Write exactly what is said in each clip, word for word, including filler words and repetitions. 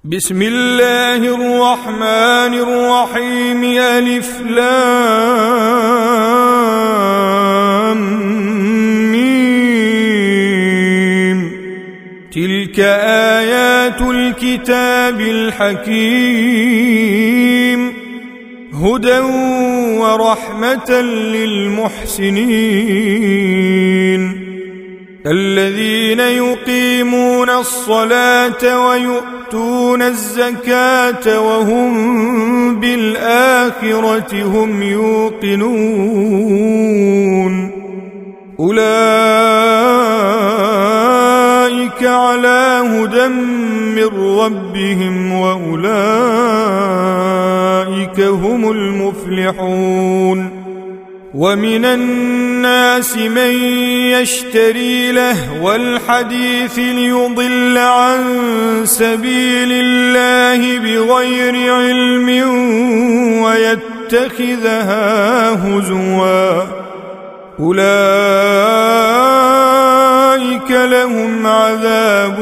بسم الله الرحمن الرحيم. ألف لام ميم. تلك آيات الكتاب الحكيم هدى ورحمة للمحسنين الذين يقيمون الصلاة ويؤتون الزكاة وهم بالآخرة هم يوقنون أولئك على هدى من ربهم وأولئك هم المفلحون. ومن الناس من يشتري لهو الحديث ليضل عن سبيل الله بغير علم ويتخذها هزوا أولئك لهم عذاب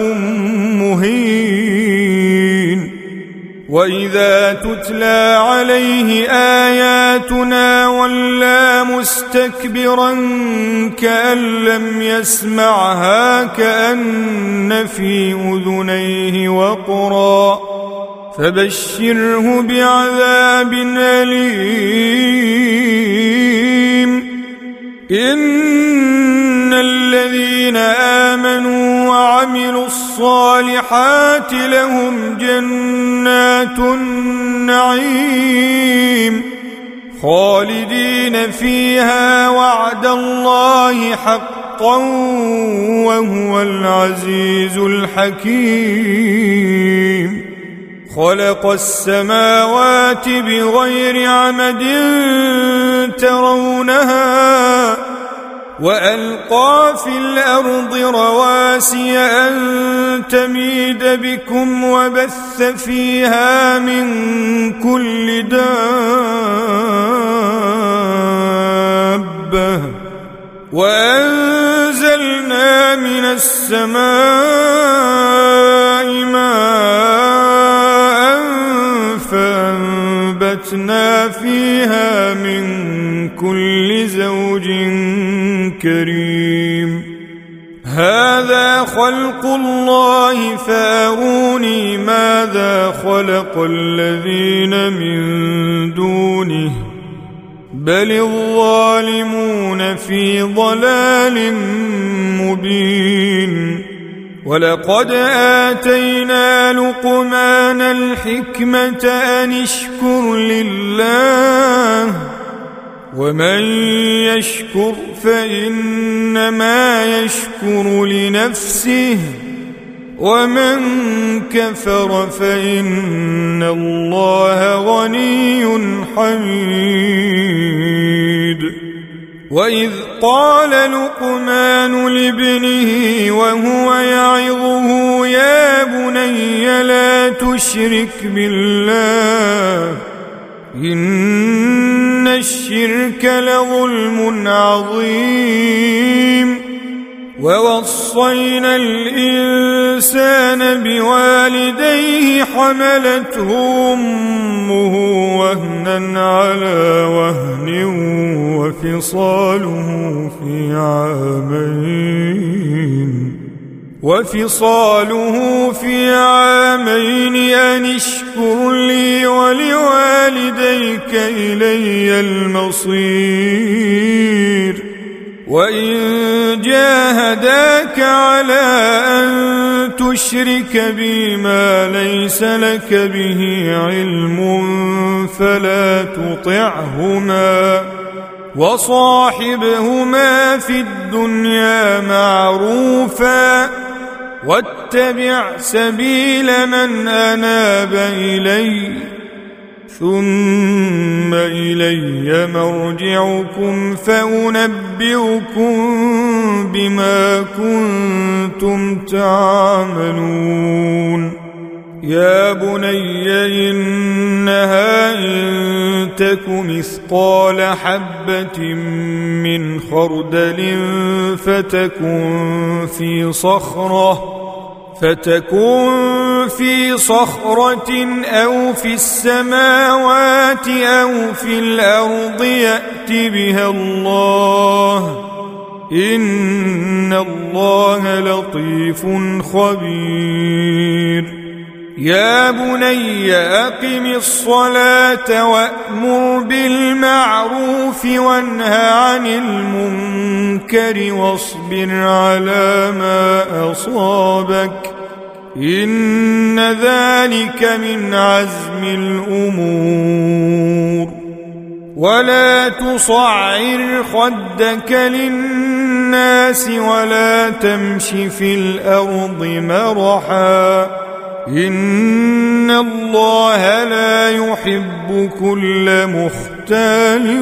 مهين. وإذا تتلى عليه آياتنا ولى مستكبرا كأن لم يسمعها كأن في أذنيه وقرا فبشره بعذاب أليم. إن الذين آمنوا وعملوا الصالحات لهم جنات النعيم خالدين فيها وعد الله حقا وهو العزيز الحكيم. خلق السماوات بغير عمد ترونها وألقى في الأرض رواسي أن تميد بكم وبث فيها من كل دابة وأنزلنا من السماء ماء فأنبتنا فيها من كل زوج كريم. هذا خلق الله فأروني ماذا خلق الذين من دونه بل الظالمون في ضلال مبين. ولقد آتينا لقمان الحكمة أن اشكر لله ومن يشكر فإنما يشكر لنفسه ومن كفر فإن الله غني حميد. وإذ قال لقمان لابنه وهو يعظه يا بني لا تشرك بالله إن الشرك لظلم عظيم. ووصينا الإنسان بوالديه حملته أمه وهنا على وهن وفصاله في عامين وفصاله في عامين أن اشكر لي ولوالديك إلي المصير. وإن جاهداك على أن تشرك بي ما ليس لك به علم فلا تطعهما وصاحبهما في الدنيا معروفا واتبع سبيل من أناب إلي ثم إلي مرجعكم فأنبئكم بما كنتم تعملون. يا بني إنها إن تك مثقال حبة من خردل فتكن في صخرة فتكن قل في صخرة أو في السماوات أو في الأرض يأت بها الله إن الله لطيف خبير يا بني أقم الصلاة وأمر بالمعروف وانه عن المنكر واصبر على ما أصابك إن ذلك من عزم الأمور ولا تصعر خدك للناس ولا تمش في الأرض مرحا إن الله لا يحب كل مختال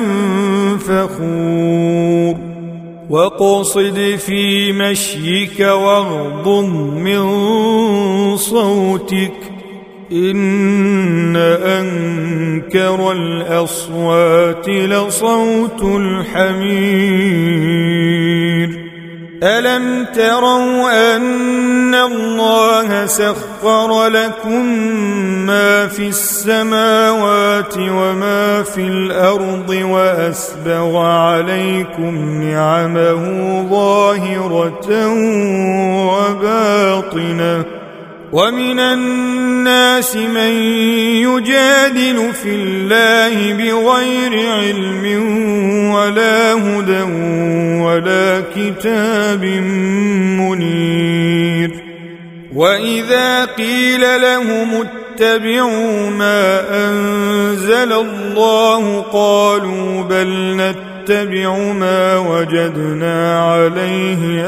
فخور وقصد في مشيك واغضض من صوتك إن أنكر الأصوات لصوت الحمير ألم تروا أن الله سخر لكم ما في السماوات وما في الأرض وأسبغ عليكم نعمه ظاهرة وباطنة ومن الناس من يجادل في الله بغير علم ولا هدى ولا كتاب منير وإذا قيل لهم اتبعوا ما أنزل الله قالوا بل نتبع ما وجدنا عليه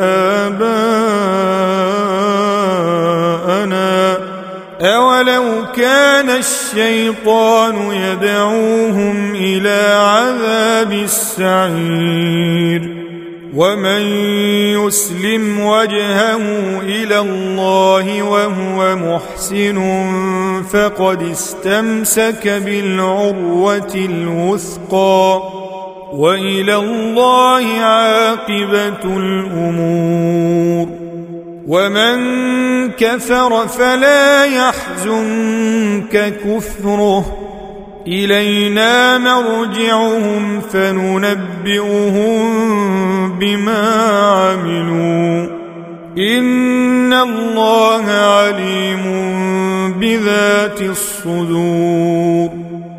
آباءنا أولو كان الشيطان يدعوهم إلى عذاب السعير ومن يسلم وجهه إلى الله وهو محسن فقد استمسك بالعروة الوثقى وإلى الله عاقبة الأمور ومن كفر فلا يحزنك كفره إلينا مرجعهم فننبئهم بما عملوا إن الله عليم بذات الصدور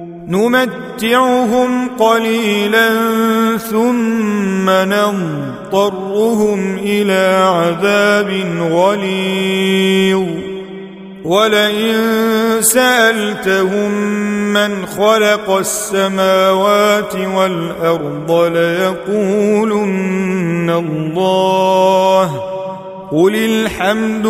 نمتعهم قليلا ثم نضطرهم إلى عذاب غليظ ولئن سألتهم من خلق السماوات والأرض ليقولن الله قل الحمد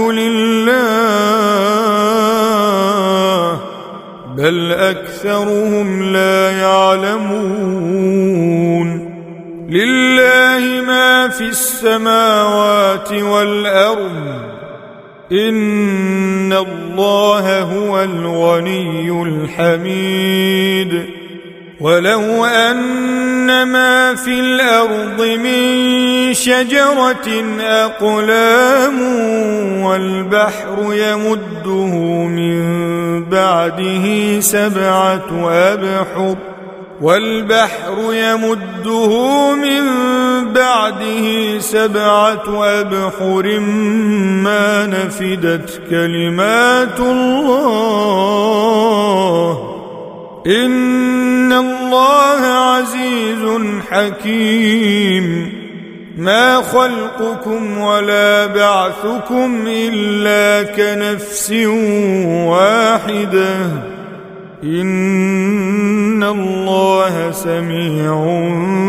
لله بل أكثرهم لا يعلمون لله ما في السماوات والأرض إن الله هو الغني الحميد ولو أن ما في الأرض من شجرة أقلام والبحر يمده من بعده سبعة أبحر والبحر يمده من بعده سبعة أبحر ما نفدت كلمات الله إن الله عزيز حكيم ما خلقكم ولا بعثكم إلا كنفس واحدة إن الله سميع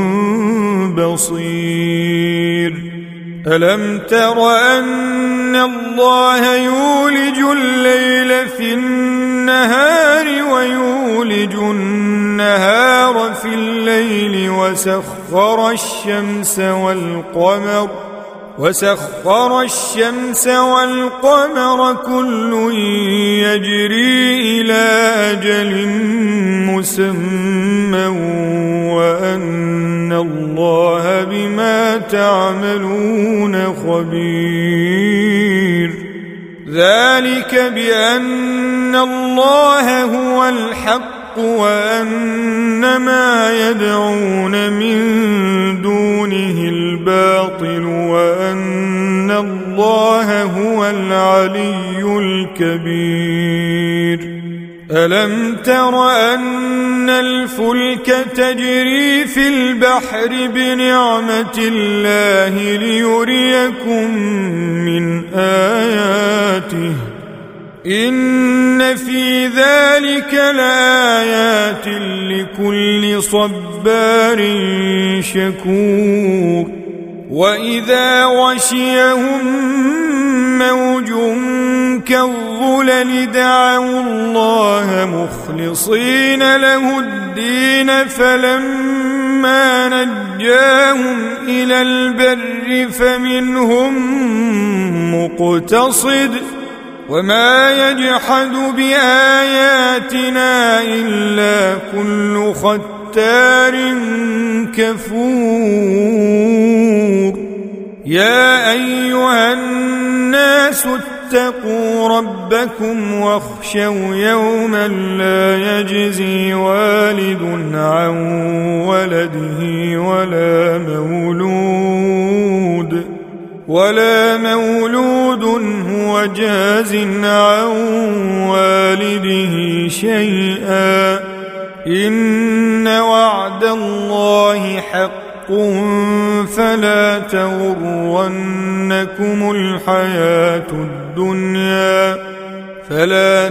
بصير ألم تر أن الله يولج الليل في النهار ويولج النهار في الليل وسخر الشمس والقمر وسخر الشمس والقمر كل يجري إلى أجل مسمى وأن الله بما تعملون خبير ذلك بأن الله هو الحق وأن ما يدعون من دونه الباطل وأن الله هو العلي الكبير. ألم تر أن الفلك تجري في البحر بنعمة الله ليريكم من آياته إن في ذلك لآيات لكل صبار شكور. وإذا غشيهم موج كالظلل دعوا الله مخلصين له الدين فلما نجاهم إلى البر فمنهم مقتصد وما يجحد بآياتنا إلا كل ختار كفور. يا أيها الناس اتقوا ربكم واخشوا يوما لا يجزي والد عن ولده ولا مولود ولا مولود هو جاز عن والده شيئا إن وعد الله حق فلا تغرنكم الحياة الدنيا فلا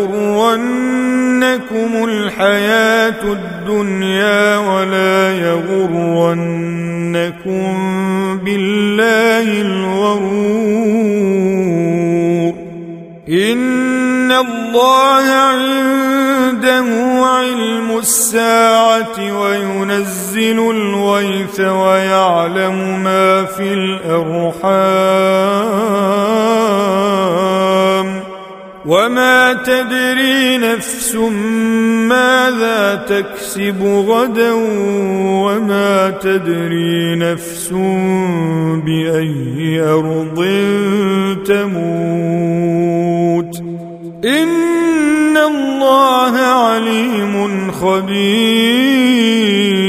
تغرنكم الحياة الدنيا ولا يغرنكم بالله الغرور. إن الله عنده علم الساعة وينزل الغيث ويعلم ما في الأرحام وما تدري نفس ماذا تكسب غدا وما تدري نفس بأي أرض تموت إن الله عليم خبير.